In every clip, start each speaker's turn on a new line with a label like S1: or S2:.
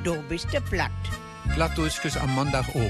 S1: du bist du platt.
S2: Plattdeutsch am Montagabend.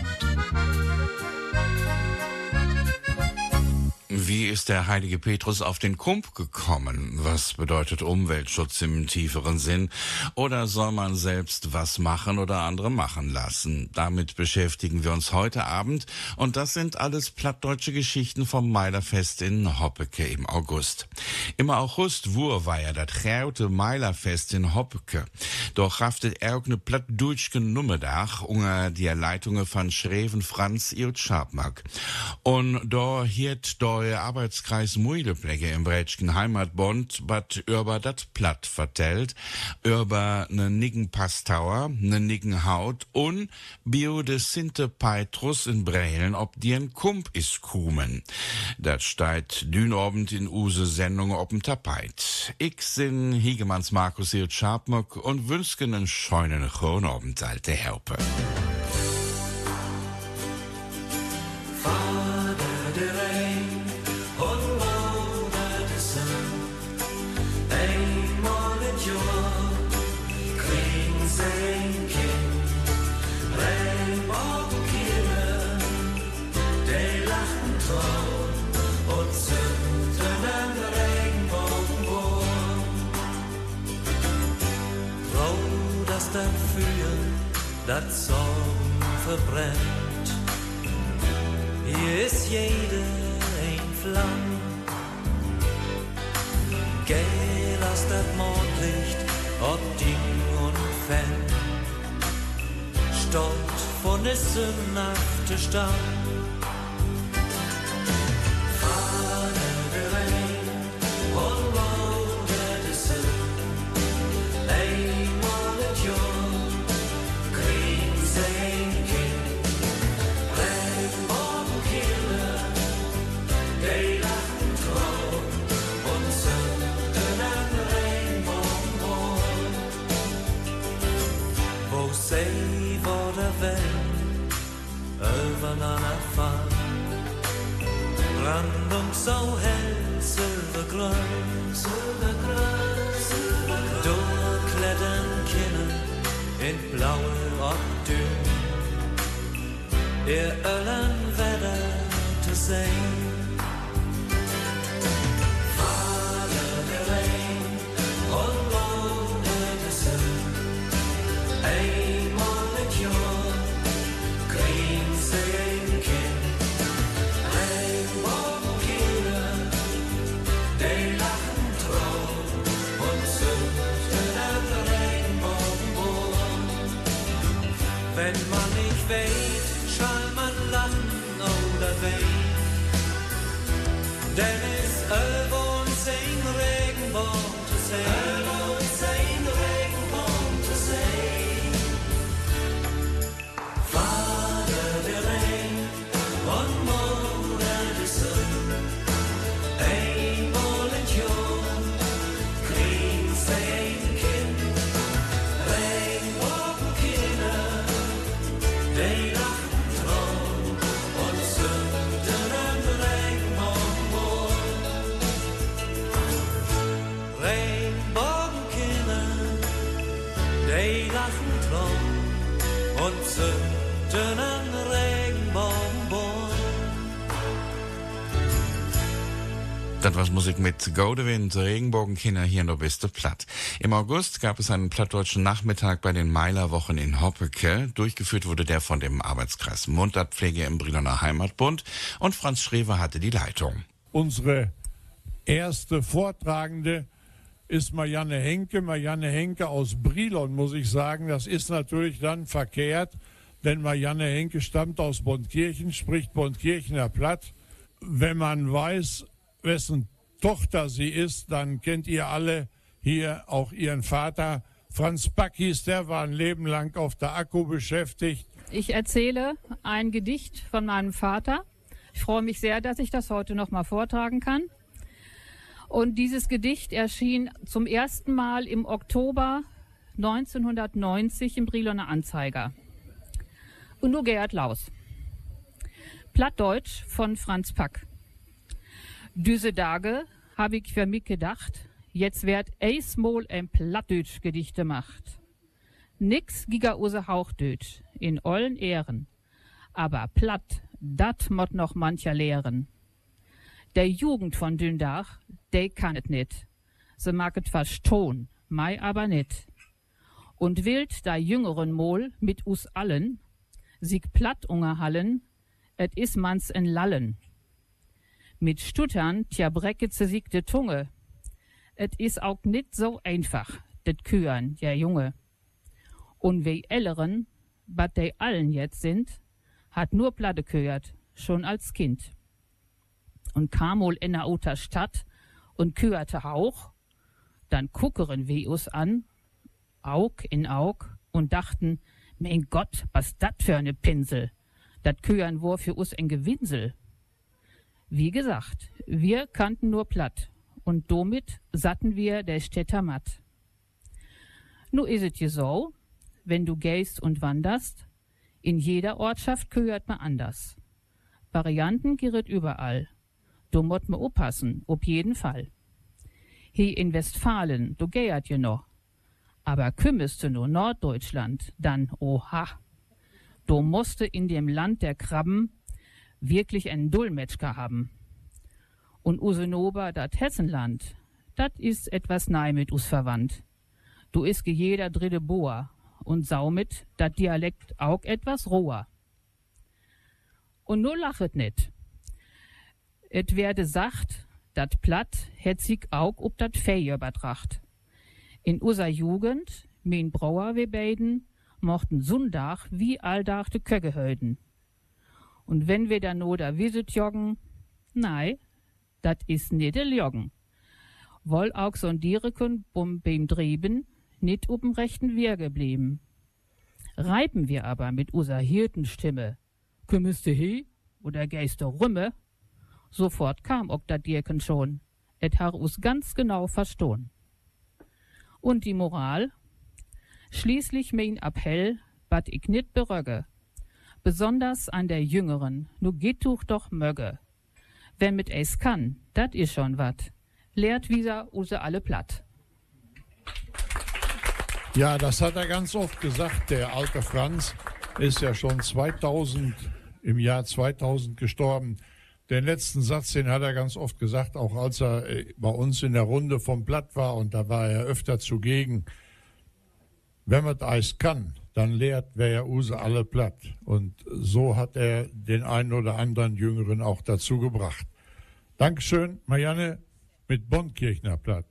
S3: Wie ist der heilige Petrus auf den Kump gekommen? Was bedeutet Umweltschutz im tieferen Sinn? Oder soll man selbst was machen oder andere machen lassen? Damit beschäftigen wir uns heute Abend. Und das sind alles plattdeutsche Geschichten vom Meilerfest in Hoppeke im August. Im August war ja das große Meilerfest in Hoppeke. Doch haftet auch ne plattdeutschen Nummerdag unter die Leitung von Schreven Franz Irt Schabmack. Und da hiert der Arbeitskreis Muilepläge im Brätschen Heimatbund bat über dat Platt vertellt, über ne niggen Pastauer, ne niggen Haut und bio de Sinte Petrus in Brehlen ob die en Kump is kumen. Dat steigt dünobend in use Sendung ob'm Tapeit. Ich sin Hiegemanns Markus Irt Schabmack und wünsken en scheunen Chronobend alte Herpe.
S4: Dafür das Zorn verbrennt. Hier ist jede ein Flamm. Geh, lass das Mondlicht ob Ding und Fan. Stolz von Nissen nach der Stamm. Brandung so hell, silbergrün, durchklettern Kinder in blaue Obdün. Ihr Öllern Wetter zu sehen. Wenn man nicht weht, soll man lachen oder weinen. Denn es irgendwo uns ein Regenbogen zu sehen. Vater der Regen und Mutter der Sonne. Einmal in Jahr kriegen sie ein Kind. Regenbogenkinder. Die lachen trauer und zünden an Regenbogenbord. Regenbogenkinder, die lachen trauer und zünden an Regenbogenbord.
S3: Das war Musik mit Godewind, Regenbogenkinder hier in der Beste Platt. Im August gab es einen plattdeutschen Nachmittag bei den Meilerwochen in Hoppeke. Durchgeführt wurde der von dem Arbeitskreis Mundartpflege im Briloner Heimatbund und Franz Schrever hatte die Leitung.
S5: Unsere erste Vortragende ist Marianne Henke. Marianne Henke aus Brilon, muss ich sagen. Das ist natürlich dann verkehrt, denn Marianne Henke stammt aus Bontkirchen, spricht Bontkirchener Platt. Wenn man weiß, wessen Tochter sie ist, dann kennt ihr alle hier auch ihren Vater. Franz Backis, der war ein Leben lang auf der Akku beschäftigt.
S6: Ich erzähle ein Gedicht von meinem Vater. Ich freue mich sehr, dass ich das heute noch mal vortragen kann. Und dieses Gedicht erschien zum ersten Mal im Oktober 1990 im Briloner Anzeiger. Und nur Gerhard Laus. Plattdeutsch von Franz Pack. Diese Tage habe ich für mich gedacht, jetzt wird eismol ein Plattdeutsch Gedicht gemacht. Nix giga use Hauchdötsch, in ollen Ehren. Aber platt, dat mott noch mancher lehren. Der Jugend von Dündach, de kann et nit. Se mag et verstohn, mei aber nit. Und wild da jüngeren Mol mit us allen, sieg platt ungerhallen, et is mans en Lallen. Mit Stuttern, tja brecke ze sieg de Tunge. Et is auch nit so einfach, det Kühen, ja Junge. Und wie älteren, bat de allen jetzt sind, hat nur Platte gehört, schon als Kind. Und kam wohl in der outer Stadt und küherte Hauch, dann guckeren wir us an, Aug in Aug, und dachten, mein Gott, was dat für eine Pinsel, dat kühern wor für us ein Gewinsel. Wie gesagt, wir kannten nur Platt, und somit satten wir der Städter matt. Nu is it je so, wenn du gehst und wanderst, in jeder Ortschaft gehört man anders. Varianten giret überall. Du mott me oppassen, ob jeden Fall. Hier in Westfalen, du gehört je noch. Aber kümmest du nur Norddeutschland, dann oha. Du musste in dem Land der Krabben wirklich einen Dolmetschker haben. Und Usenober, dat Hessenland, dat is etwas nei mit us verwandt. Du is ge jeder dritte Boer und saumit dat Dialekt auch etwas roher. Und nur lachet net. Et werde sagt, dat Platt het sich auch ob dat Feier betracht. In user Jugend, mein Brauer wir beiden, mochten Sonntag wie alldach de Köcke höden. Und wenn wir dann oder visit joggen, nei, dat is nit el joggen. Woll auch sondieren beim Dreben, nit ob'm rechten Wehr geblieben. Reiben wir aber mit user Hirtenstimme, kümmest du he oder gehst du rumme, sofort kam ook dat Dirken schon, et har us ganz genau verstohn. Und die Moral? Schließlich mein Appell, bat ich nit berögge, besonders an der Jüngeren, nu geht doch mögge. Wer mit eis kann, dat is schon wat, lehrt wieder use alle platt.
S5: Ja, das hat er ganz oft gesagt, der alte Franz ist ja schon im Jahr 2000 gestorben. Den letzten Satz, den hat er ganz oft gesagt, auch als er bei uns in der Runde vom Platt war, und da war er öfter zugegen. Wenn man Eis kann, dann lehrt wer ja use alle platt. Und so hat er den einen oder anderen Jüngeren auch dazu gebracht. Dankeschön, Marianne, mit Bonnkirchner Platt.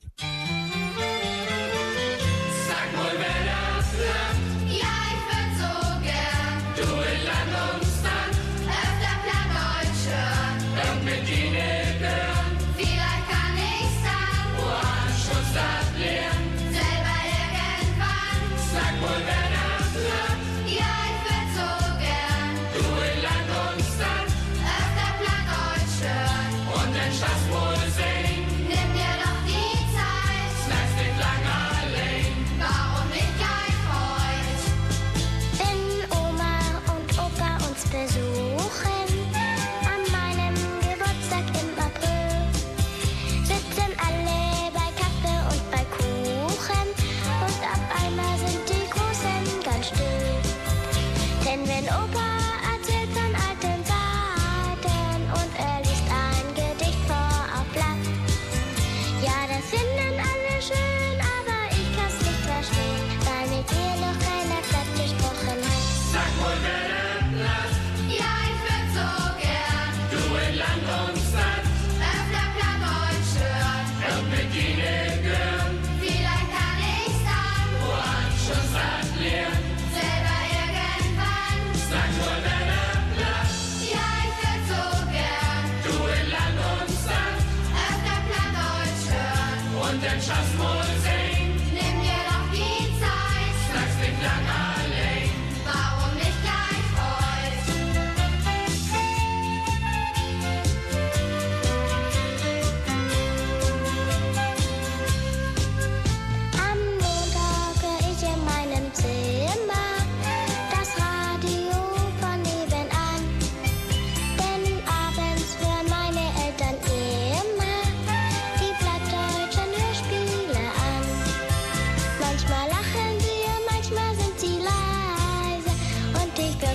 S1: Sag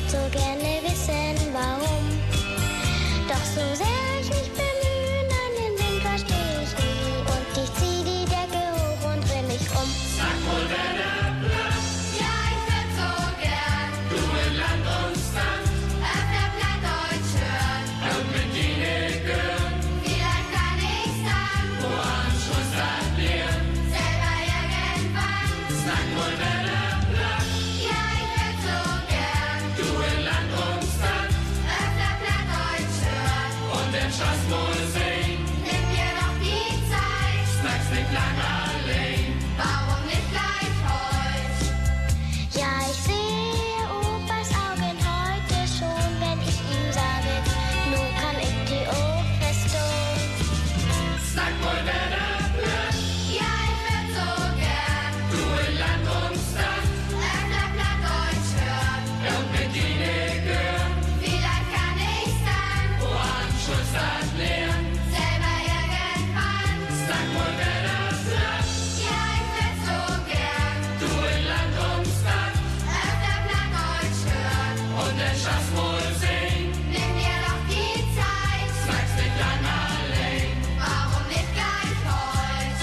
S1: würd so gerne wissen, warum. Doch so sehr ich mich bemühe, an den Wind versteh ich nie. Und ich zieh die Decke hoch und dreh mich um.
S7: Sag wohl, wer der Blatt? Ja, ich würd so gern. Du in Land und Stand. Öfter Plattdeutsch hören. Und mit Dine gehören. Vielleicht kann ich's dann. Wo Anschluss dann lernen. Selber irgendwann. Sag wohl, wer der Blatt? Ja, ich würd so gern. Du in Land und Stand. Öfter Plattdeutsch hören. Und den Schatz wohl sehen. Nimm dir doch die Zeit. Snack's nicht lang allein. Warum nicht gleich heute?
S1: Ja, ich sehe Opas Augen heute schon, wenn ich ihm sage, nu kann ich die auch verstehen.
S7: Sag mal, wer der Blatt? Ja, ich würd so gern. Du in Land und Stand. Öfter Plattdeutsch hören. Und mit Dine gehören. Vielleicht kann ich's dann. Wo Anschluss dann lernen. Selber irgendwann. Sag mal, wer der Blatt? Ja, ich würd so gern. Du in Land und Stand. Öfter Plattdeutsch hören. Und den Schatz wohl sehen. Nimm dir doch die Zeit. Sag's nicht lang allein. Warum nicht gleich heute?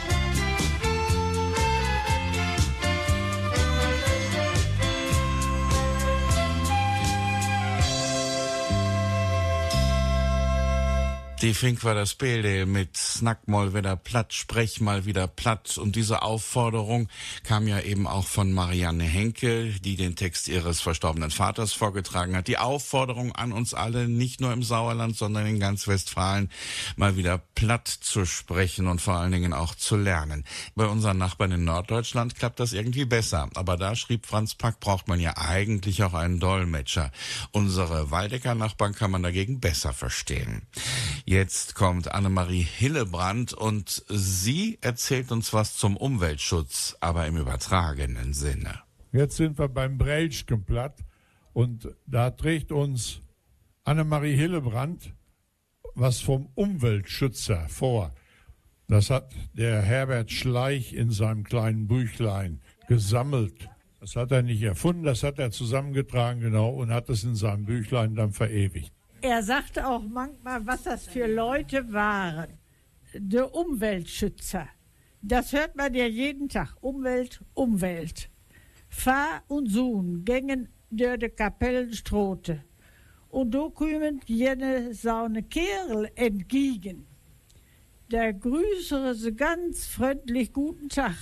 S3: Die Fink war das Bilde mit Snack mal wieder platt, sprech mal wieder platt. Und diese Aufforderung kam ja eben auch von Marianne Henke, die den Text ihres verstorbenen Vaters vorgetragen hat. Die Aufforderung an uns alle, nicht nur im Sauerland, sondern in ganz Westfalen, mal wieder platt zu sprechen und vor allen Dingen auch zu lernen. Bei unseren Nachbarn in Norddeutschland klappt das irgendwie besser. Aber da, schrieb Franz Pack, braucht man ja eigentlich auch einen Dolmetscher. Unsere Waldecker Nachbarn kann man dagegen besser verstehen. Jetzt kommt Annemarie Hillebrand und sie erzählt uns was zum Umweltschutz, aber im übertragenen Sinne.
S5: Jetzt sind wir beim Breilschkenplatt und da trägt uns Annemarie Hillebrand was vom Umweltschützer vor. Das hat der Herbert Schleich in seinem kleinen Büchlein gesammelt. Das hat er nicht erfunden, das hat er zusammengetragen, genau, und hat es in seinem Büchlein dann verewigt.
S8: Er sagte auch manchmal, was das für Leute waren. Der Umweltschützer. Das hört man ja jeden Tag. Umwelt, Umwelt. Fahr und Sohn gängen durch die Kapellenstrote. Und da kommen jene saune Kerl entgegen. Der grüßere sie ganz freundlich guten Tag.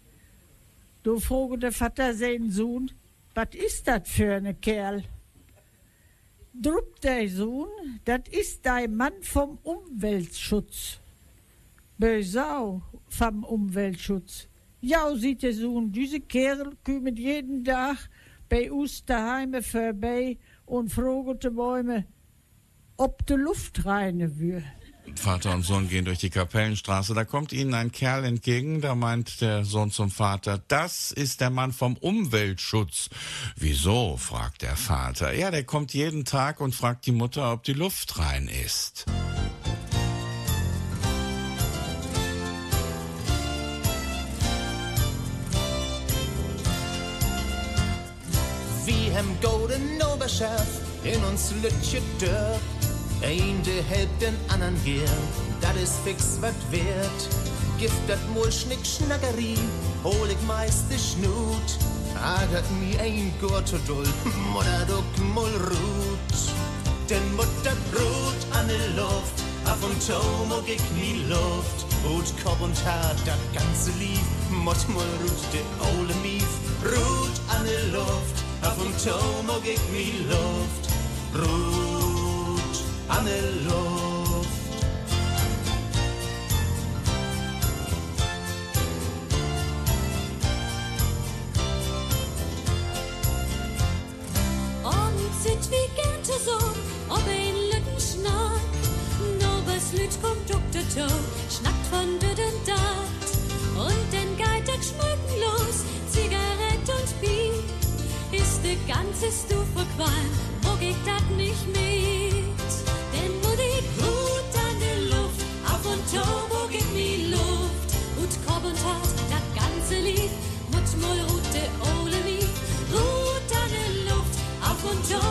S8: Da fragte der Vater seinen Sohn, was ist das für eine Kerl? Druck der Sohn, das ist dein Mann vom Umweltschutz. Bösau vom Umweltschutz. Ja, sieht der Sohn, diese Kerl kommen jeden Tag bei uns daheim vorbei und fragen die Bäume, ob die Luft reine wird.
S3: Vater und Sohn gehen durch die Kapellenstraße, da kommt ihnen ein Kerl entgegen, da meint der Sohn zum Vater, das ist der Mann vom Umweltschutz. Wieso, fragt der Vater. Ja, der kommt jeden Tag und fragt die Mutter, ob die Luft rein ist.
S9: Vi hem golden Oberschärf in uns Lütje Dörr. Ein, der helpt den anderen gern, dat is fix wat wert. Gift dat mol Schnick-Schnackerie, hol ich meist de Schnut. Agert mi ein Gurte dull, Mutter duck mol ruht. Denn Mutter ruht an de Luft, auf und to mog ich mi Luft. Hut, Kopf und Haar, dat ganze Lief, Mott mol ruht de ole Mief. Ruht an de Luft, auf und to mog ich mi Luft. Ruht an der Luft.
S10: Und sind wie gern zusammen, ob ein Lütten schnack. No, was Lüt kommt up der Tau, schnackt von Düden dat. Und den Geitag schmücken los, Zigarette und Bier. Ist de ganze Stufe Qualm, wo geht dat nicht mit? Denn wo die Hut an der Luft, auf und to, wo geht mi Luft? Und Kopf und Hart, dat ganze Lied, Mut, Mull, Ruht, de Ole Mief. Hut an der Luft, auf und to,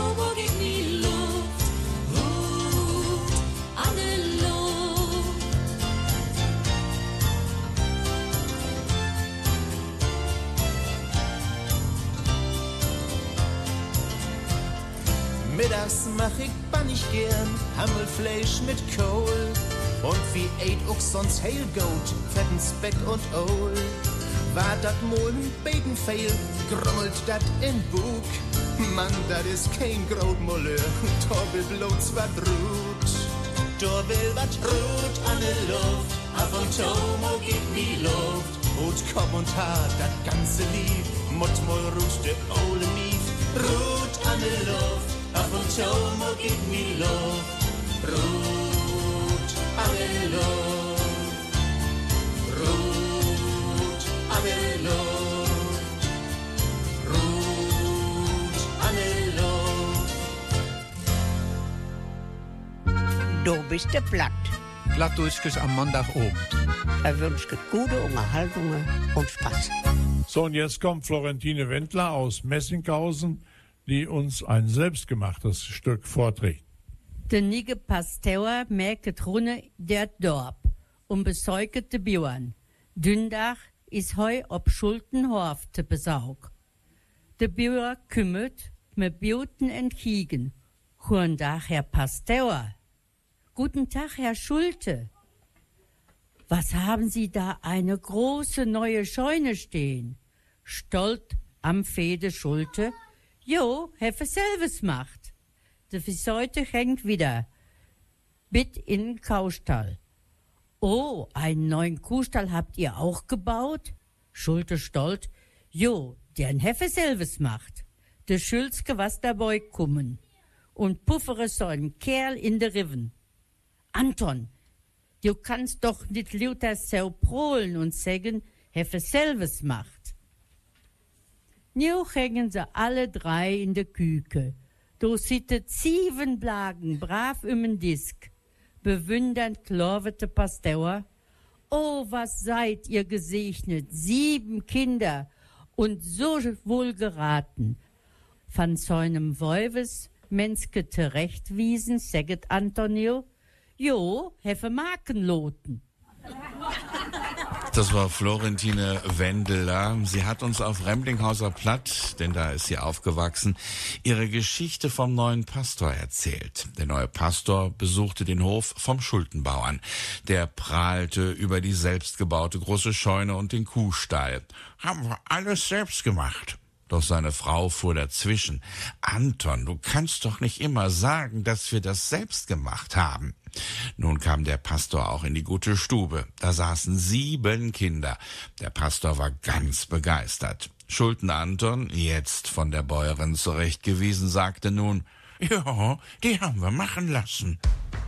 S9: Mittags mach ich bannig gern Hammelfleisch mit Kohl. Und wie eet auch sonst Heilgoat, fetten Speck und Ohl. War dat Mohlen Begenfehl, grummelt dat in Bug. Mann, dat is kein Grotmolle, da will bloß wat ruht. Da will wat ruht an der Luft, ab und Tomo gibt mi Luft. Hut, Kopf und Haar, dat ganze Lied, Muttmol ruht de Ole Mief. Ruht an der Luft, ab und Tomo gibt mi Luft. Ruht an der Luft, ruht an der Luft, ruht an der Luft.
S11: Du bist der Platt.
S2: Plattdeutsches am Montagabend.
S11: Er wünscht gute Unterhaltungen und Spaß.
S5: So, und jetzt kommt Florentine Wendler aus Messinghausen, die uns ein selbstgemachtes Stück vorträgt.
S12: De nige Pasteur merket runne der Dorp und besäuget de Björn. Dündach is heu ob Schultenhorf te besaug. De Björn kümmert mit Bioten entkiegen. Guten Tag, Herr Pasteur. Guten Tag, Herr Schulte. Was haben Sie da eine große neue Scheune stehen? Stolt am Fede Schulte. Jo, heffe selbes macht. De Viseute hängt wieder. Bit in den Kaustall. Oh, einen neuen Kuhstall habt ihr auch gebaut? Schulte stolz. Jo, deren heffe selbes macht. De Schülske was dabei kummen. Und puffere so ein Kerl in de Riven. Anton, du kannst doch nicht lauter so prohlen und sagen, heffe selbes macht. Nu hängen sie alle drei in de Küke. Du sittet 7 Blagen brav den Disk. Bewundernd klorvete Pasteur. Oh, was seid ihr gesegnet, 7 Kinder und so wohl geraten. Von seinem Wolves Menske terechtwiesen, säget Antonio. Jo, heffe Markenloten.
S3: Das war Florentine Wendler. Sie hat uns auf Remlinghauser Platt, denn da ist sie aufgewachsen, ihre Geschichte vom neuen Pastor erzählt. Der neue Pastor besuchte den Hof vom Schultenbauern. Der prahlte über die selbstgebaute große Scheune und den Kuhstall. Haben wir alles selbst gemacht. Doch seine Frau fuhr dazwischen. Anton, du kannst doch nicht immer sagen, dass wir das selbst gemacht haben. Nun kam der Pastor auch in die gute Stube. Da saßen 7 Kinder. Der Pastor war ganz begeistert. Schulten Anton, jetzt von der Bäuerin zurechtgewiesen, sagte nun, ja, die haben wir machen lassen.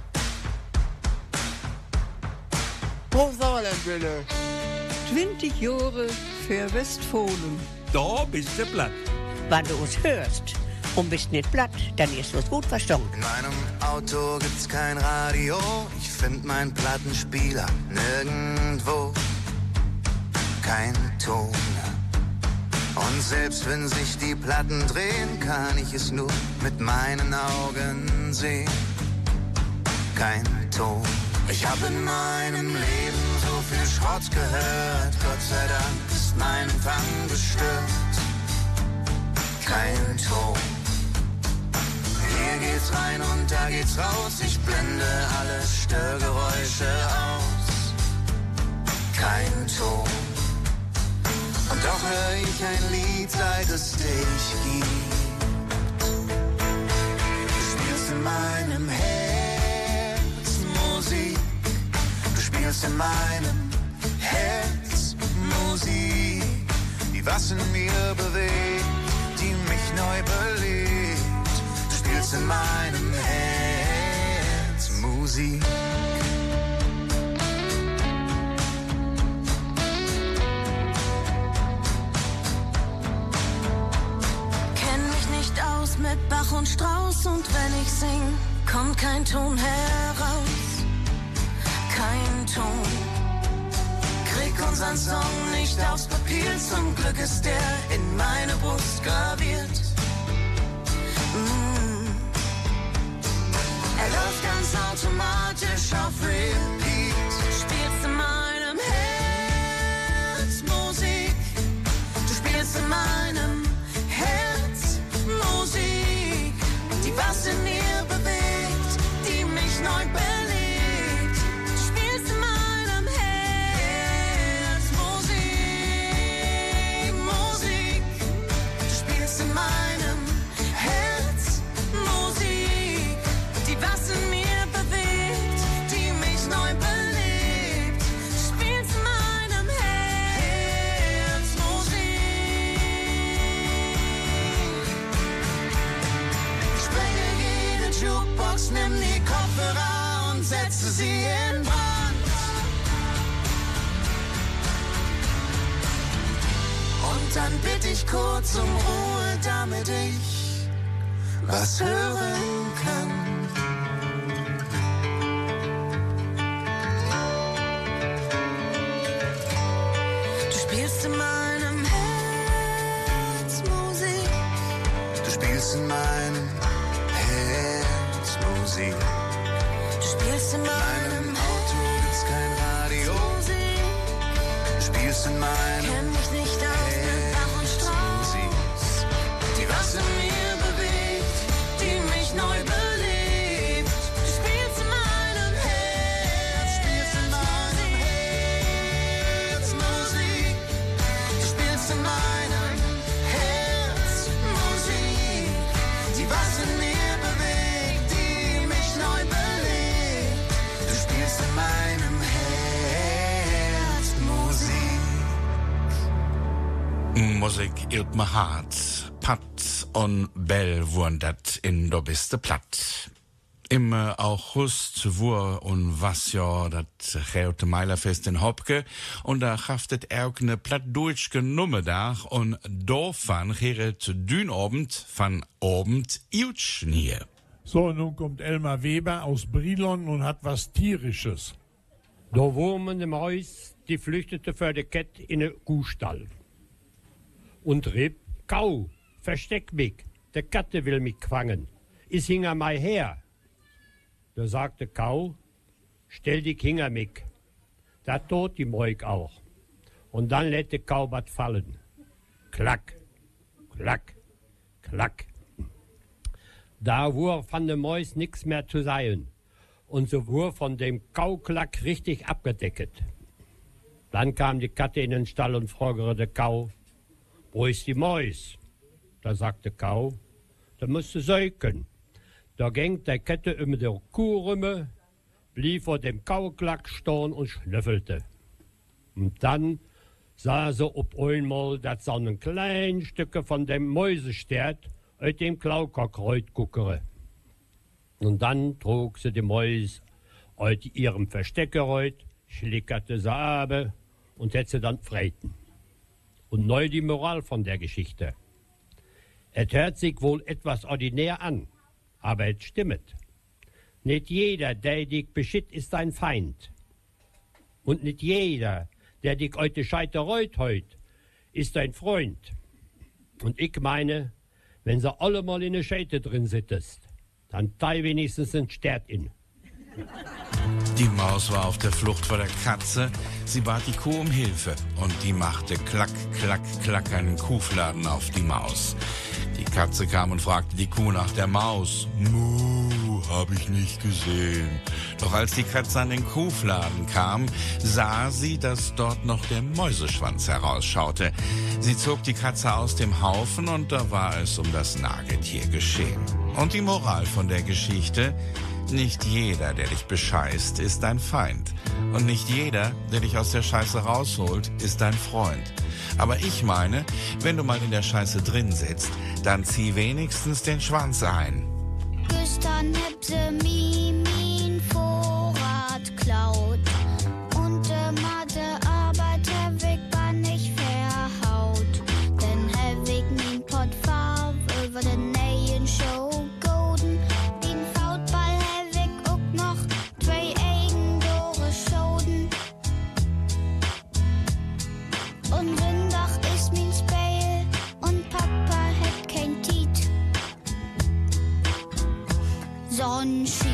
S13: Hochsauerlandwelle. 20 Jahre für Westfohlen.
S14: Da bist du platt.
S11: Wenn du uns hörst und bist nicht platt, dann ist es gut verstanden.
S15: In meinem Auto gibt's kein Radio, ich find meinen Plattenspieler nirgendwo. Kein Ton. Und selbst wenn sich die Platten drehen, kann ich es nur mit meinen Augen sehen. Kein Ton. Ich hab in meinem Leben so viel Schrott gehört, Gott sei Dank ist mein Empfang gestört. Kein Ton. Hier geht's rein und da geht's raus, ich blende alle Störgeräusche aus. Kein Ton. Und doch hör ich ein Lied, seit es dich gibt. Du spielst in meinem Herz Musik. Du spielst in meinem Herz Musik, die was in mir bewegt, die mich neu belebt. Du spielst in meinem Herz Musik.
S16: Kenn mich nicht aus mit Bach und Strauß und wenn ich sing, kommt kein Ton heraus. Kein Ton. Krieg unseren Song nicht aufs Papier, zum Glück ist der in meine Brust graviert. Er läuft ganz automatisch auf Repeat. Spielst in meinem Herz Musik. Du spielst in meinem Herz Musik, die was in in meinem Herz Musik, die was in mir bewegt, die mich neu belebt. Du spielst in meinem Herz Musik. Ich sprenge jede Jukebox, nimm die Kopfhörer und setze sie in Brand. Und dann bitte ich kurz um Ruhe, damit ich was hören kann. Du spielst in meinem Herz Musik.
S15: Du spielst in meinem Herz Musik.
S16: Du spielst in meinem
S15: Auto gibt's kein Radio. Du spielst in meinem
S16: Kenn mich nicht aus mit Bach und Strauß, die was in mir bewegt, die mich neu belebt. Du spielst in meinem Herz, spielst in meinem Herz Musik. Du spielst in meinem Herz Musik, die was in mir bewegt, die mich neu belebt.
S15: Du spielst in meinem Herz Musik.
S3: Musik irrt me hart. Pat und Bell wurden dat in do biste platt. Im August wur und was ja dat Geote Meilerfest in Hopke und da haftet auch ne plattdeutschke Nummer da und dofan geret Dünabend van Abend Jutschnie.
S5: So, nun kommt Elmar Weber aus Brilon und hat was Tierisches.
S14: Da wurmen im Haus, die flüchtete für die Kett in den Kuhstall. Und rieb, Kau, versteck mich, der Katte will mich fangen. Is hinter mei her. Da sagte Kau, stell dich hinter mich. Da tot die Moik auch. Und dann lässt der Kau wat fallen. Klack, klack, klack. Da wur von der Mäus nix mehr zu sein. Und so wur von dem Kauklack richtig abgedeckt. Dann kam die Katte in den Stall und fragte der Kau, wo ist die Mäus? Da sagte Kau, da musst du säuken. Da ging der Kette über der Kuh rum, blieb vor dem Kauklack stehen und schnüffelte. Und dann sah sie ob einmal, dass so ein klein Stücke von dem Mäusestert aus dem Klaukakreut guckere. Und dann trug sie die Mäus aus ihrem Versteckereut, schlickerte sie ab und hätte sie dann freiten. Und neu die Moral von der Geschichte. Es hört sich wohl etwas ordinär an, aber es stimmt. Nicht jeder, der dich beschitt, ist dein Feind. Und nicht jeder, der dich heute scheitereut heut, ist dein Freund. Und ich meine, wenn sie alle mal in der Scheite drin sittest, dann teil wenigstens ein Stert in.
S3: Die Maus war auf der Flucht vor der Katze. Sie bat die Kuh um Hilfe und die machte klack, klack, klack einen Kuhfladen auf die Maus. Die Katze kam und fragte die Kuh nach der Maus. Muh, hab ich nicht gesehen. Doch als die Katze an den Kuhfladen kam, sah sie, dass dort noch der Mäuseschwanz herausschaute. Sie zog die Katze aus dem Haufen und da war es um das Nagetier geschehen. Und die Moral von der Geschichte: Nicht jeder, der dich bescheißt, ist dein Feind. Und nicht jeder, der dich aus der Scheiße rausholt, ist dein Freund. Aber ich meine, wenn du mal in der Scheiße drin sitzt, dann zieh wenigstens den Schwanz ein.
S1: Gestern hab sie min Vorrat klaut. Und der Mathe-Arbeit Weg war nicht verhaut. Denn Weg min Portfarb über den neuen Show Golden. Den Fautball Weg auch noch 2 Eigendore Schoden. Und Rindach ist min Speil und Papa hat kein Tiet. Sonnenschied.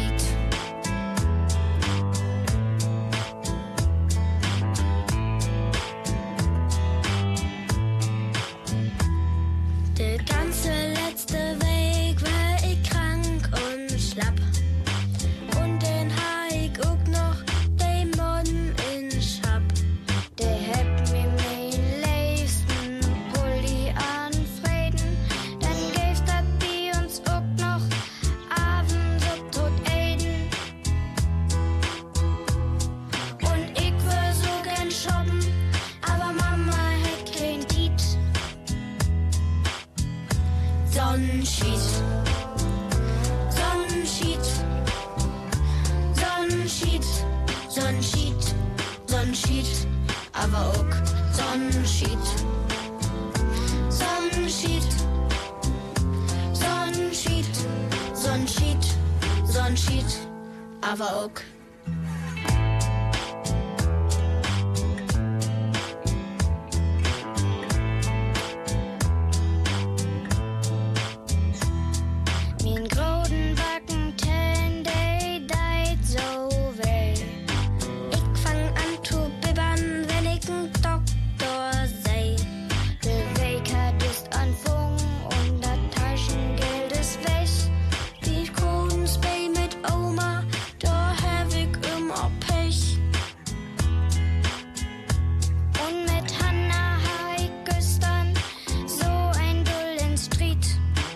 S1: Der ganze letzte Weg war ich krank und schlapp. Und den ha ich auch noch den Mann in Schab. Der hat mir mein leisten Pulli anfrieden. Der Sonnenschied. Sonnenschied. Sonnenschied. Sonnenschied. Sonnenschied. Aber auch Sonnenschied. Sonnenschied. Sonnenschied. Sonnenschied. Sonnenschied. Aber auch. Min groden backen tellen, de deit so weh. Ich fang an zu bibbern, wenn ich n Doktor sei. De Weker ist an Fung und das Taschengeld ist weg. Die Kronenspray mit Oma, da hab ich immer Pech. Und mit Hanna hab ich gestern so ein Dull in Street.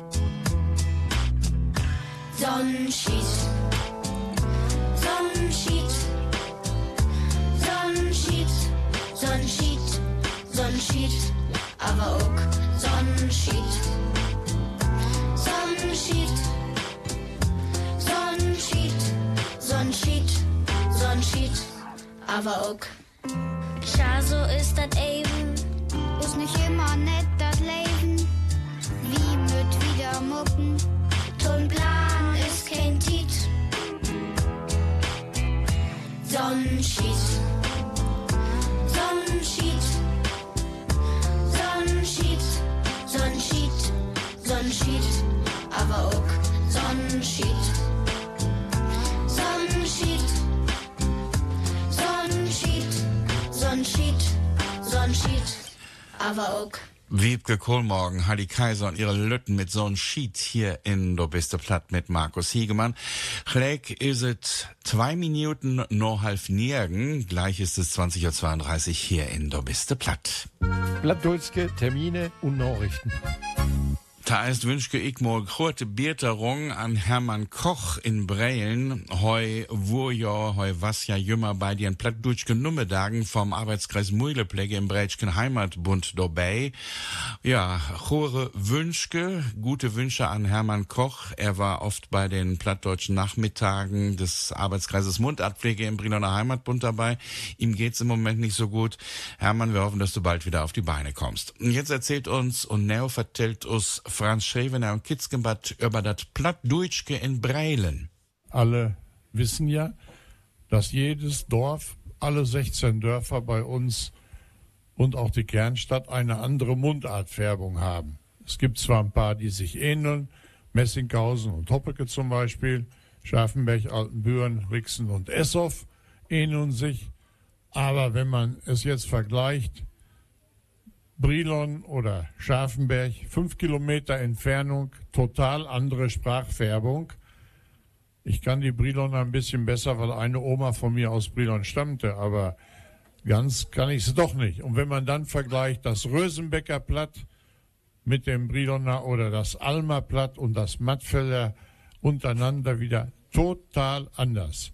S1: Sonnenschied. Sonnenschied. Sonnenschied. Sonnenschied. Sonnenschied. Aber auch Sonnenschied. Sonnenschied. Sonnenschied. Sonnenschied. Sonnenschied. Aber auch. Tja, so ist das eben. Ist nicht immer nett, das Leben. Wie mit wieder Mucken. Tonplan ist kein Tiet. Sonnenschied. Sonnenschied. Sonnenschied. Sonnenschied. Sonnenschied. Aber auch Sonnenschied. Sonnenschied. Sonnenschied. Sonnenschied. Sonnenschied. Aber auch.
S3: Wiebke Kohlmorgen, Heidi Kaiser und ihre Lütten mit so'n Schied hier in Do biste Platt mit Markus Hiegemann. Gleich ist es 2 Minuten noch 8:30. Gleich ist es 20:32 Uhr hier in Do biste Platt.
S5: Plattdeutsche Termine und Nachrichten.
S3: Da ist wünschke ich mal große Bierterung an Hermann Koch in Breilen. Heu was ja jümmer bei den plattdeutsche Nummerdagen vom Arbeitskreis Muilepläge im Breitschen Heimatbund dabei. Ja, hohe Wünschke, gute Wünsche an Hermann Koch. Er war oft bei den plattdeutschen Nachmittagen des Arbeitskreises Mundartpflege im Briloner Heimatbund dabei. Ihm geht's im Moment nicht so gut. Hermann, wir hoffen, dass du bald wieder auf die Beine kommst. Und jetzt erzählt uns und Neo vertellt uns Franz Schrevener und Kitzkenbad über das Plattdeutschke in Breilen.
S5: Alle wissen ja, dass jedes Dorf, alle 16 Dörfer bei uns und auch die Kernstadt eine andere Mundartfärbung haben. Es gibt zwar ein paar, die sich ähneln, Messinghausen und Hoppeke zum Beispiel, Scharfenberg, Altenbüren, Rixen und Essow ähneln sich, aber wenn man es jetzt vergleicht, Brilon oder Scharfenberg, 5 Kilometer Entfernung, total andere Sprachfärbung. Ich kann die Brilon ein bisschen besser, weil eine Oma von mir aus Brilon stammte, aber ganz kann ich es doch nicht. Und wenn man dann vergleicht das Rösenbecker Platt mit dem Briloner oder das Almer Platt und das Mattfelder untereinander wieder total anders.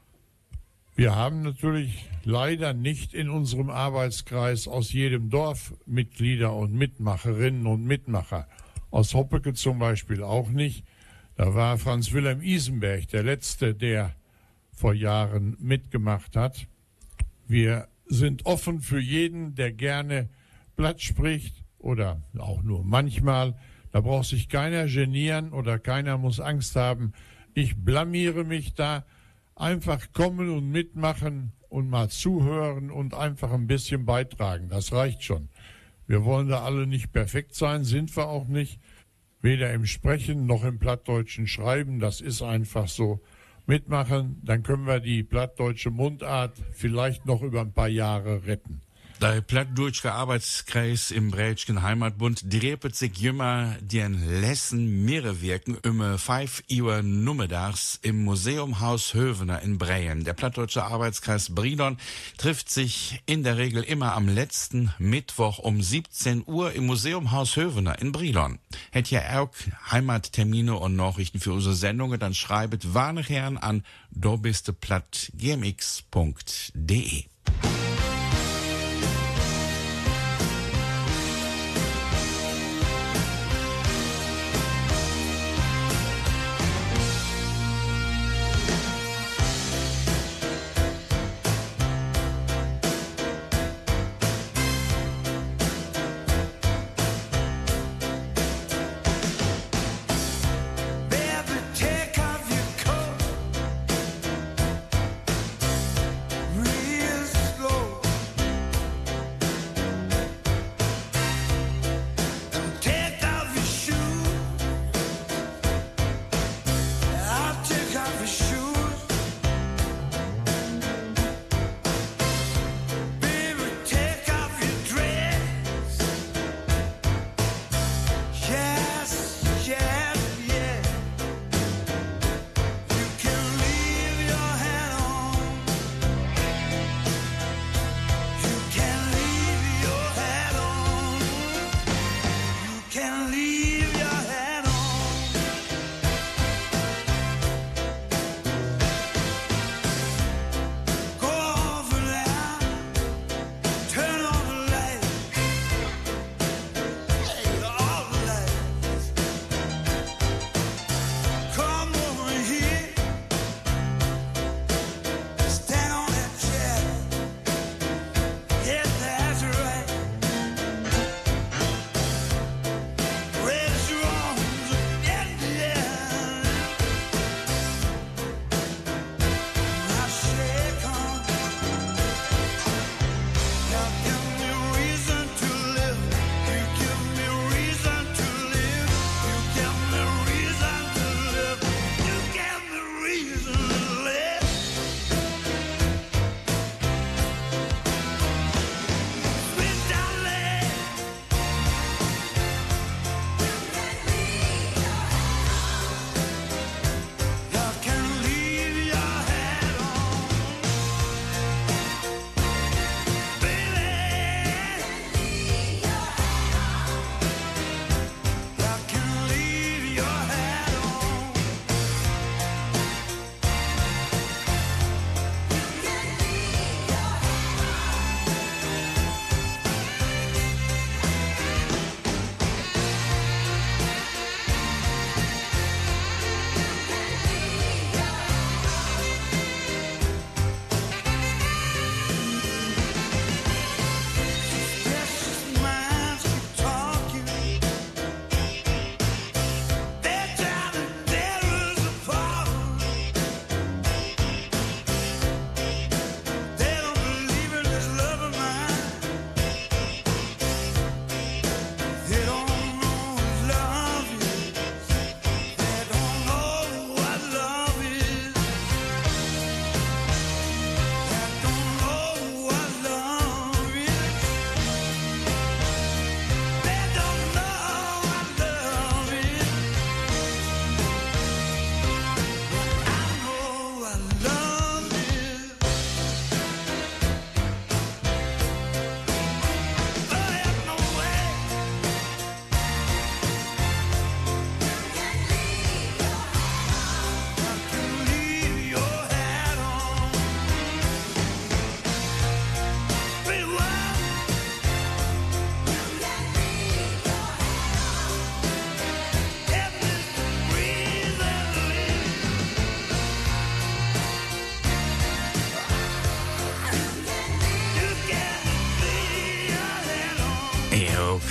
S5: Wir haben natürlich leider nicht in unserem Arbeitskreis aus jedem Dorf Mitglieder und Mitmacherinnen und Mitmacher. Aus Hoppeke zum Beispiel auch nicht. Da war Franz Wilhelm Isenberg der Letzte, der vor Jahren mitgemacht hat. Wir sind offen für jeden, der gerne Platt spricht oder auch nur manchmal. Da braucht sich keiner genieren oder keiner muss Angst haben. Ich blamiere mich da. Einfach kommen und mitmachen und mal zuhören und einfach ein bisschen beitragen. Das reicht schon. Wir wollen da alle nicht perfekt sein, sind wir auch nicht. Weder im Sprechen noch im plattdeutschen Schreiben. Das ist einfach so. Mitmachen, dann können wir die plattdeutsche Mundart vielleicht noch über ein paar Jahre retten.
S3: Der plattdeutsche Arbeitskreis im Breitschen Heimatbund drepet sich jümmer den lessen Mehrewirken 5 Uhr Nummerdags im Museumhaus Hövener in Breien. Der plattdeutsche Arbeitskreis Brilon trifft sich in der Regel immer am letzten Mittwoch um 17 Uhr im Museumhaus Hövener in Brilon. Hätt ihr auch Heimattermine und Nachrichten für unsere Sendungen, dann schreibet Warnegern an dobisteplattgmx.de.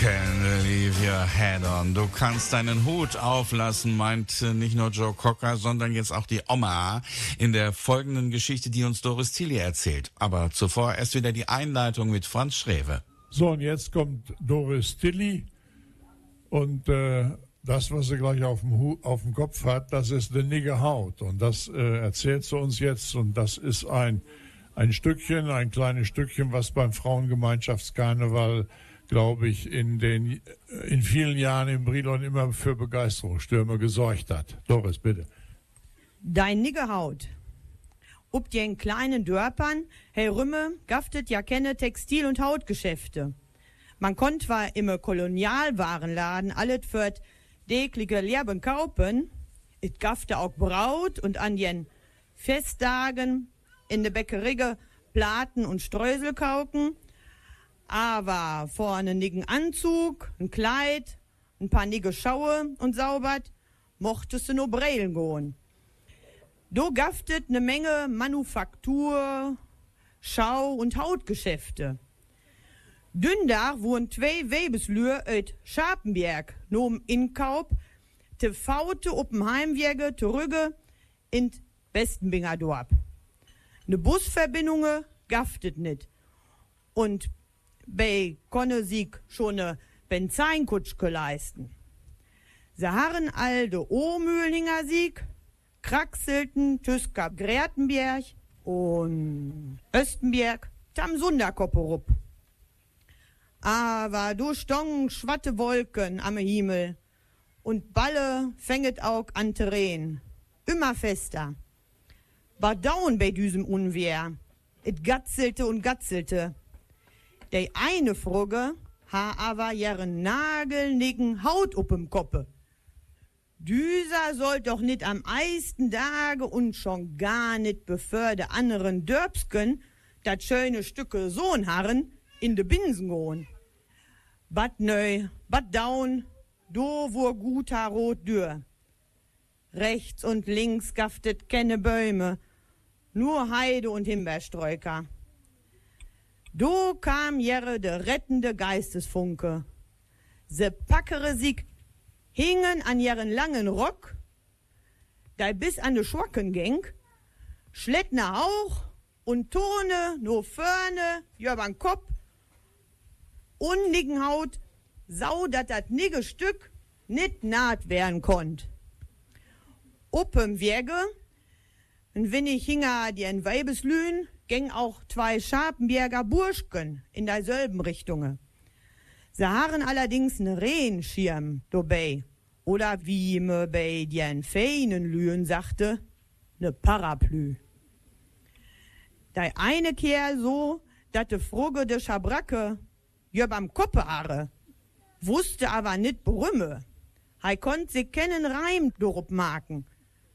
S3: can leave your head on. Du kannst deinen Hut auflassen, meint nicht nur Joe Cocker, sondern jetzt auch die Oma in der folgenden Geschichte, die uns Doris Tilly erzählt. Aber zuvor erst wieder die Einleitung mit Franz Schrewe.
S5: So, und jetzt kommt Doris Tilly und das, was sie gleich auf dem Kopf hat, das ist the Nigger Haut. Und das erzählt sie uns jetzt. Und das ist ein Stückchen, ein kleines Stückchen, was beim Frauengemeinschaftskarneval, glaube ich, in vielen Jahren in Brilon immer für Begeisterungsstürme gesorgt hat. Doris, bitte.
S17: Dein Niggerhaut. Ob den kleinen Dörpern, Herr Rümme, gaftet ja keine Textil- und Hautgeschäfte. Man konnt zwar im Kolonialwarenladen alles für deklige Leben kaufen, it gafte auch Braut und an den Festtagen in der Bäckerei Platen und Streusel kauken, aber vor einen nigen Anzug, ein Kleid, ein paar nige Schaue und saubert, mochtest du nur Breilen gehen. Do gaftet ne Menge Manufaktur, Schau- und Hautgeschäfte. Dündach wurden 2 Webeslühr uit Schapenberg nom Inkauf, te Faute op'm Heimwege te Rügge in Westenbinger Dorf. Ne Busverbindungen gaftet nit. Und bei konne sich schon ne Benzinkutschke leisten. Se harren all de Ohmühlhinger Sieg, Kraxelten, Tüsker, Grätenberg und Östenberg, tam Sunderkopperup. Aber du stongen schwatte Wolken am Himmel und Balle fänget auch an Terrain. Immer fester. Bardaun bei diesem Unwehr. Et gatzelte und gatzelte. Der eine Frugge ha aber jeren nagelnigen Haut up'm Koppe. Dieser soll doch nit am eisten Tage und schon gar nit bevor de anderen Dörbsken dat schöne Stücke Sohnharren in de Binsen gohn. Bad neu, bad down, do wur guter rot dür. Rechts und links gaftet keine Bäume, nur Heide und Himbeersträucher. Do kam jere de rettende Geistesfunke. Se packere sich, hingen an ihren langen Rock, da bis an de Schwacken ging, Schlettner auch und Tone no Förne, jöbern Kopf, unnigen Haut, sau dat nige Stück nit naht werden konnt. Uppem Wege, und wenn ich hinger die en Weibeslühen, gäng auch 2 Schapenberger Burschken in derselben Richtunge. Sie haben allerdings ne Rehenschirm dabei, oder wie me bei den feinen Lühen sagte, ne Paraplü. Der eine Kerl so, dat de Frugge de Schabracke jöb am Koppe arre, wusste aber nit Brümme. Hei konnt se kennen Reim durchmaken.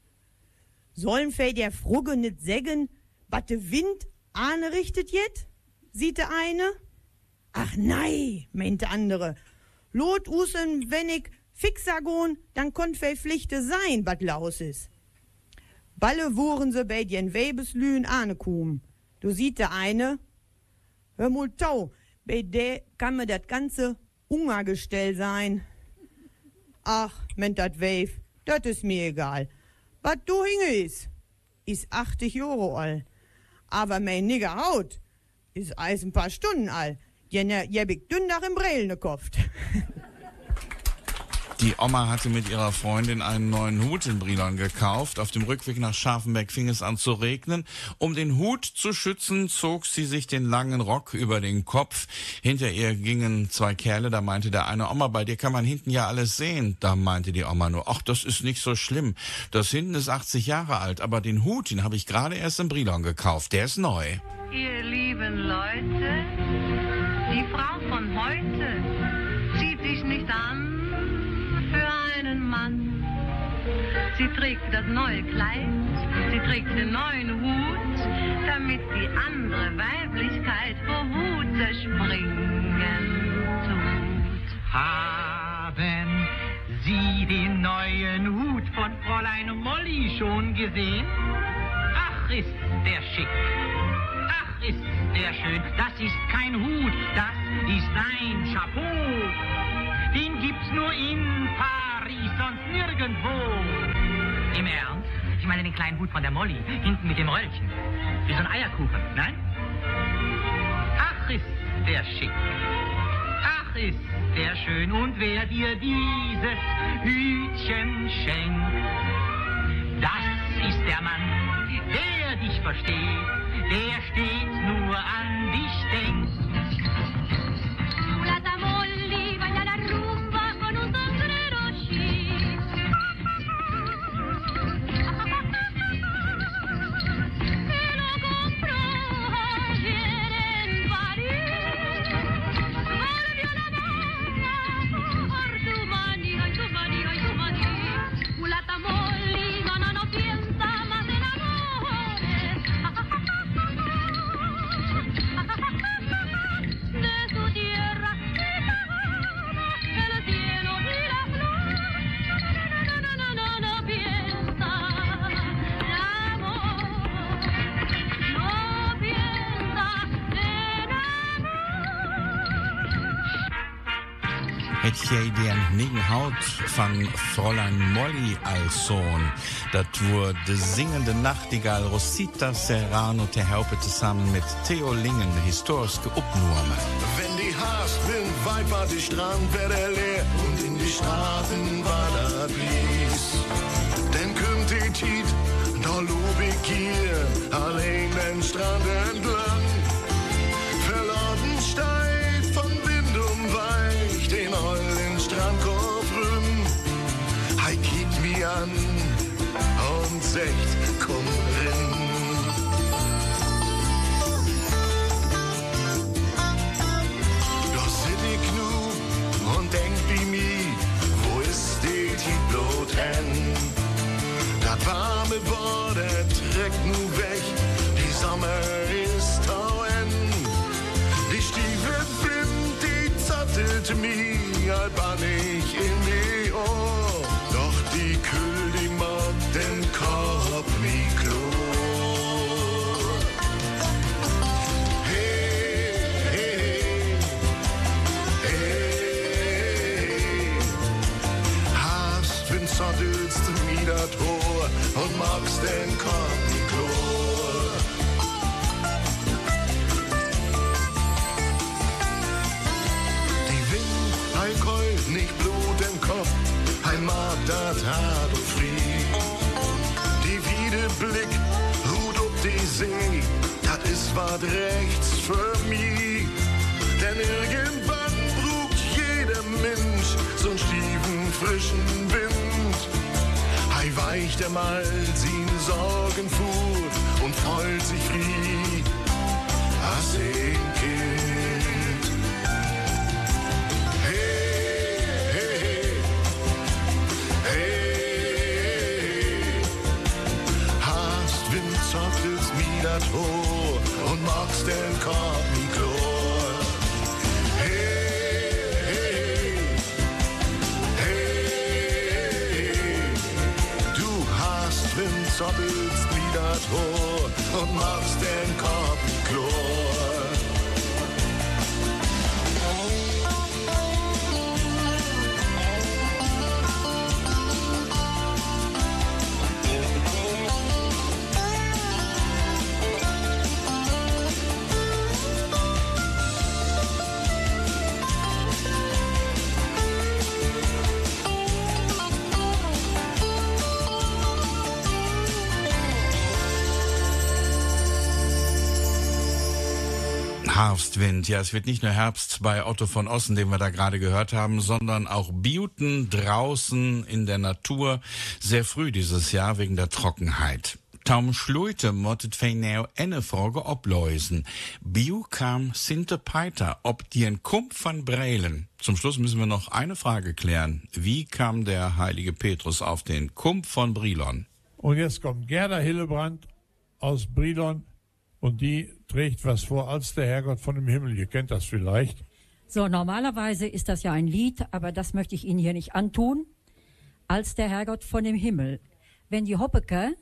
S17: Sollen fei der Frugge nit sägen, wat de Wind anrichtet jet? Sieht der eine. Ach nei, meinte andere. Lot usen, wenn ich fixer gon, dann konnt fei Pflichte sein, wat laus is. Balle wuren se bei den Webeslühen anekum. Du sieht der eine. Hör mul tau, bei der kann mir dat ganze Hungergestell sein. Ach, meint dat Weib, dat is mir egal. Was du hinge is 80 Jahre alt. Aber mein Nigger Haut is eis ein paar Stunden alt. Jeb ich Dündach im Breilen gekauft.
S3: Die Oma hatte mit ihrer Freundin einen neuen Hut in Brilon gekauft. Auf dem Rückweg nach Scharfenberg fing es an zu regnen. Um den Hut zu schützen, zog sie sich den langen Rock über den Kopf. Hinter ihr gingen 2 Kerle. Da meinte der eine, Oma, bei dir kann man hinten ja alles sehen. Da meinte die Oma nur, ach, das ist nicht so schlimm. Das hinten ist 80 Jahre alt, aber den Hut, den habe ich gerade erst in Brilon gekauft. Der ist neu.
S18: Ihr lieben Leute, die Frau von heute zieht sich nicht an für einen Mann. Sie trägt das neue Kleid, sie trägt den neuen Hut, damit die andere Weiblichkeit vor Wut zerspringen tut.
S19: Haben Sie den neuen Hut von Fräulein Molly schon gesehen? Ach, Ach, ist der schick. Ach, ist der schön. Das ist kein Hut, das ist ein Chapeau. Den gibt's nur in Paris, sonst nirgendwo. Im Ernst? Ich meine den kleinen Hut von der Molly, hinten mit dem Röllchen. Wie so ein Eierkuchen, nein? Ach, ist der schick. Ach, ist der schön. Und wer dir dieses Hütchen schenkt, das ist der Mann, der dich versteht, der stets nur an dich denkt.
S10: Mulata Molly baila la rumba con un sombrero chic. Se lo compró ayer en París. Volvió la mano por tu manía y tu manía y tu manía. Mulata Molly, no piensa más en amores. De su tierra el cielo y la flor. No piensa en amor. No piensa en
S3: Het jij den Negenhaut van Fräulein Molly als Sohn? Dat wordt de zingende Nachtigall Rosita Serrano te helpen zusammen mit Theo Lingen historische opnomen.
S20: Wenn die Haastwind weit war, die Strand wär der leer und in die Straßen war das Lies. Denn kommt die Tiet, da lob ich hier allein den Strand entlang. Verladen steigt von Wind und weich den ollen Strandkorb rum. Hei kickt mich an und sagt, komm rein. Da sit ich nu und denk wie mir, wo ist die Tiefblut hin? Das warme Wasser trägt nu weg, die Sommer ist tauen. Die Stiefel blind, die zattelt mir, als bann ich in die Ohr. Doch die Kühl, die mag den Korb wie Klo. Hey, hey, hey. Hast, wenn zottelst du mir das Tor und magst den Korb wie Klo. Die Wind, ein Keul, nicht Blut im Kopf, ein mag das hart und fried. Die Wiede Blick, ruht ob die See, das ist was rechts für mich. Denn irgendwann braucht jeder Mensch so'n stiefen, frischen Wind. Hei weicht einmal seine Sorgen fuhr und freut sich frie, als ein Kind. Hey, hey, hey, hast Wind, zottelst mir das Ohr und magst den Korb wie Chlor. Hey, hey, hey, du hast Wind, zottelst mir das Ohr und magst den Korb wie Chlor.
S3: Herbstwind. Ja, es wird nicht nur Herbst bei Otto von Ossen, den wir da gerade gehört haben, sondern auch Buten draußen in der Natur. Sehr früh dieses Jahr wegen der Trockenheit. Tom Schluite mottet feinau eine Frage oplösen. Bio kam Sinte Peiter, ob die ein Kump von Brelen. Zum Schluss müssen wir noch eine Frage klären. Wie kam der heilige Petrus auf den Kump von Brilon?
S5: Und jetzt kommt Gerda Hillebrand aus Brilon und die trägt was vor als der Herrgott von dem Himmel. Ihr kennt das vielleicht.
S21: So, normalerweise ist das ja ein Lied, aber das möchte ich Ihnen hier nicht antun. Als der Herrgott von dem Himmel. Wenn die Hoppeke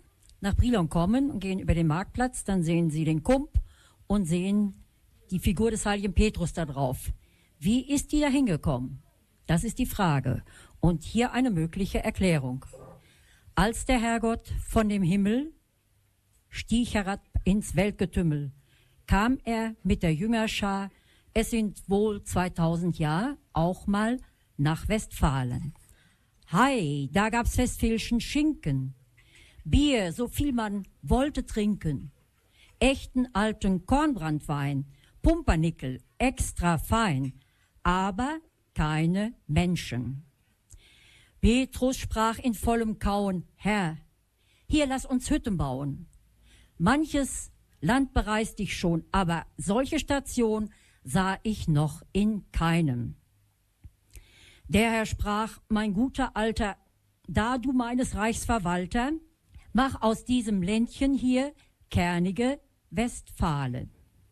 S21: nach Brilon kommen und gehen über den Marktplatz, dann sehen Sie den Kump und sehen die Figur des heiligen Petrus da drauf. Wie ist die da hingekommen? Das ist die Frage. Und hier eine mögliche Erklärung. Als der Herrgott von dem Himmel stieg herab ins Weltgetümmel, kam er mit der Jüngerschar, es sind wohl 2000 Jahre, auch mal nach Westfalen. Hei, da gab's westfälischen Schinken, Bier, so viel man wollte trinken, echten alten Kornbrandwein, Pumpernickel, extra fein, aber keine Menschen. Petrus sprach in vollem Kauen, Herr, hier lass uns Hütten bauen. Manches Land bereiste ich schon, aber solche Station sah ich noch in keinem. Der Herr sprach, mein guter Alter, da du meines Reichs Verwalter, mach aus diesem Ländchen hier kernige Westfalen.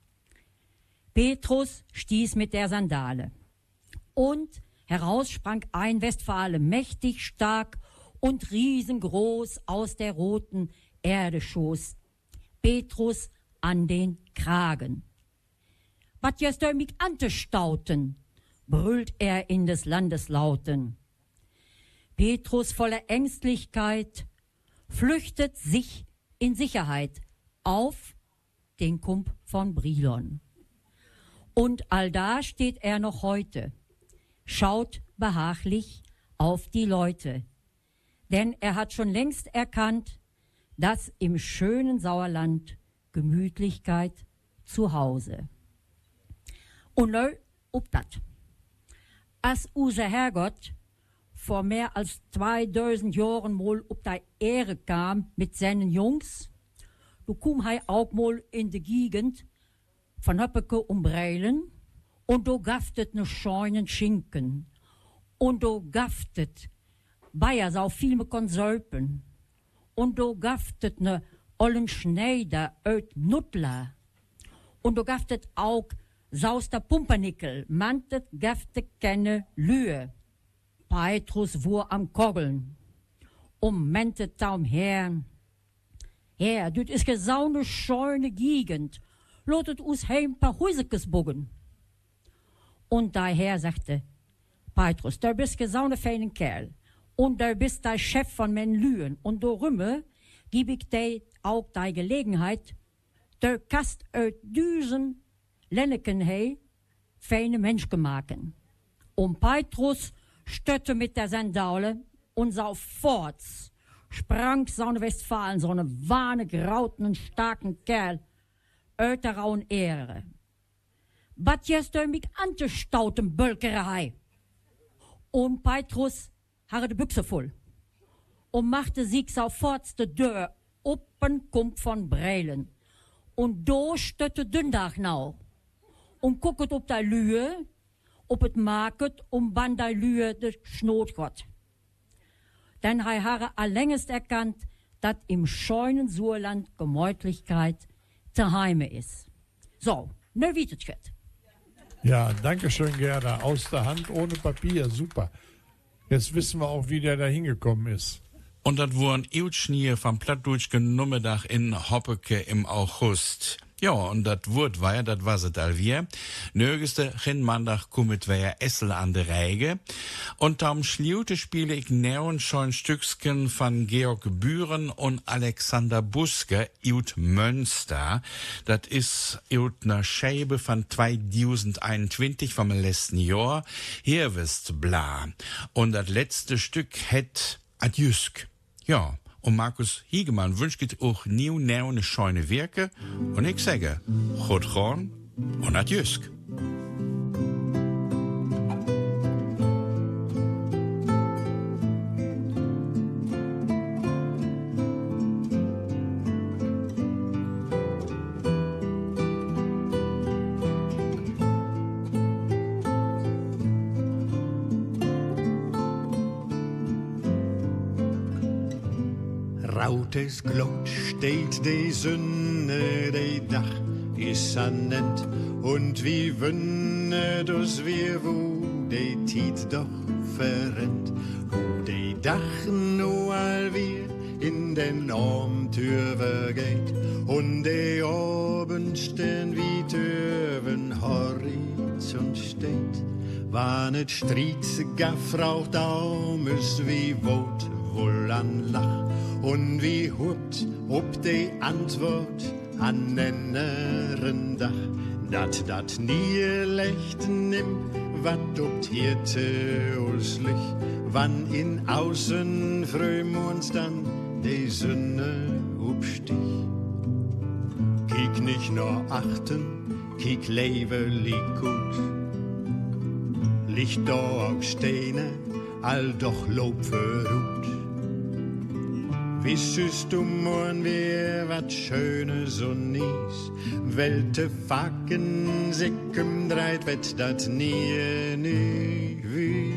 S21: Petrus stieß mit der Sandale. Und heraus sprang ein Westfale, mächtig stark und riesengroß aus der roten Erdeschoß. Petrus an den Kragen. Was jetzt mich antestauten, brüllt er in des Landes Lauten. Petrus voller Ängstlichkeit flüchtet sich in Sicherheit auf den Kump von Brilon. Und allda steht er noch heute, schaut behaglich auf die Leute, denn er hat schon längst erkannt, dass im schönen Sauerland Gemütlichkeit zu Hause. Und neu, ob dat. Als unser Herrgott vor mehr als 2000 Jahren mal auf die Ehre kam mit seinen Jungs, du komm hei auch mal in die Gegend von Höppeke und Breilen und du gaftet ne scheinen Schinken und du gaftet Bayer sau viel mit Konsulpen und du gaftet ne ollen Schneider uit Nuttler und du gaftet auch sauster Pumpernickel, mantet gaftet keine Lühe. Petrus wur am Koggeln und mentet daum her. Herr, düt is gesaune scheune Gegend, lotet us heim paar Häusekes buggen. Und der Herr sagte, Petrus, du bist gesaune feinen Kerl und du bist der Chef von men Lühen und du Rümme, gib ich dir auch die Gelegenheit, du kannst uit düsen Lenneken hei feine Menschen machen. Und Petrus stötte mit der Sandale und sofort sprang so eine Westfalen, so eine wahne, grauten und starken Kerl, uit der rauen Ehre. Bat jetzt mich antestauten Bölkerei. Und Petrus hatte die Büchse voll und machte sich sofort die Tür open Kump von Breilen. Und do stötte Dündach nau und gucket op die Lühe, op het Market und ban die Lühe de Schnotgott. Denn er habe alllängst erkannt, dass im scheunen Surland Gemütlichkeit zu Heime ist. So, ne Wietetschritt.
S5: Ja, danke schön, Gerda. Aus der Hand, ohne Papier, super. Jetzt wissen wir auch, wie der da hingekommen ist.
S3: Und das wurden Eutschnier vom Plattdeutschen Nummertag in Hoppeke im August. Ja, und das Wort war ja, das was es alvier. Nögeste Chinmandag kummet wir Essel an der Reige. Und darum schliute spiele ich neun schon Stücksken von Georg Bühren und Alexander Buske ut Münster. Das ist ut ne Scheibe von 2021 vom letzten Jahr. Hier wisst bla. Und das letzte Stück het Adjüsk. Ja. Und Markus Hiegemann wünscht auch neue scheune Werke. Und ich sage, gut gaan und adjüsk.
S4: Rautes Glot steht die Sonne, die Dach ist annent und wie wünne das wir, wo die Tiet doch verrennt, wo die Dach nur all wir in den Armtür vergeht und der Abendstern wie Töven Horizont steht. Wann et Strieze gaffraucht Daumes wie Wot wohl an Lach und wie hupt ob de Antwort an den Dach, dat nie Lechten nimm, wat ob Hirte uslich, wann in Außen frühmorgens dann de Sonne upstich. Kiek nicht nur achten, kiek leve lieg gut, Licht da auch Steine, all doch Lob verruht. Wissest du morgen wer wat Schönes und nies, welte Facken, Sickem, dreit, wett dat nie wie.